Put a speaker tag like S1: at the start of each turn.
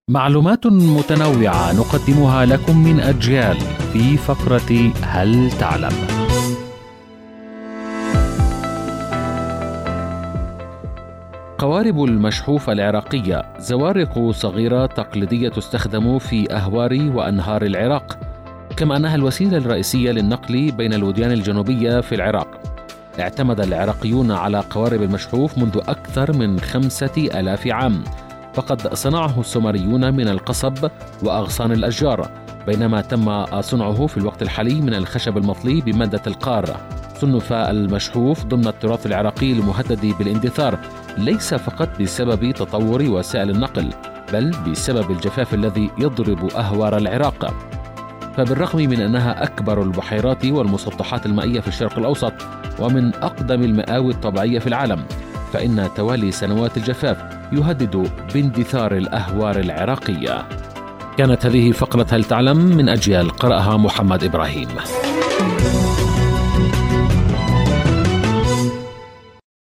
S1: معلومات متنوعة نقدمها لكم من أجيال في فقرة هل تعلم؟ قوارب المشحوف العراقية زوارق صغيرة تقليدية تستخدم في أهوار وأنهار العراق، كما أنها الوسيلة الرئيسية للنقل بين الوديان الجنوبية في العراق. اعتمد العراقيون على قوارب المشحوف منذ أكثر من 5000 عام، فقد صنعه السومريون من القصب وأغصان الأشجار، بينما تم صنعه في الوقت الحالي من الخشب المطلي بمادة القار. صنف المشحوف ضمن التراث العراقي المهدد بالاندثار، ليس فقط بسبب تطور وسائل النقل، بل بسبب الجفاف الذي يضرب أهوار العراق. فبالرغم من أنها أكبر البحيرات والمسطحات المائية في الشرق الأوسط ومن أقدم المآوي الطبيعية في العالم، فإن توالي سنوات الجفاف يهدد باندثار الأهوار العراقية. كانت هذه فقرة هل تعلم من أجيال، قرأها محمد إبراهيم.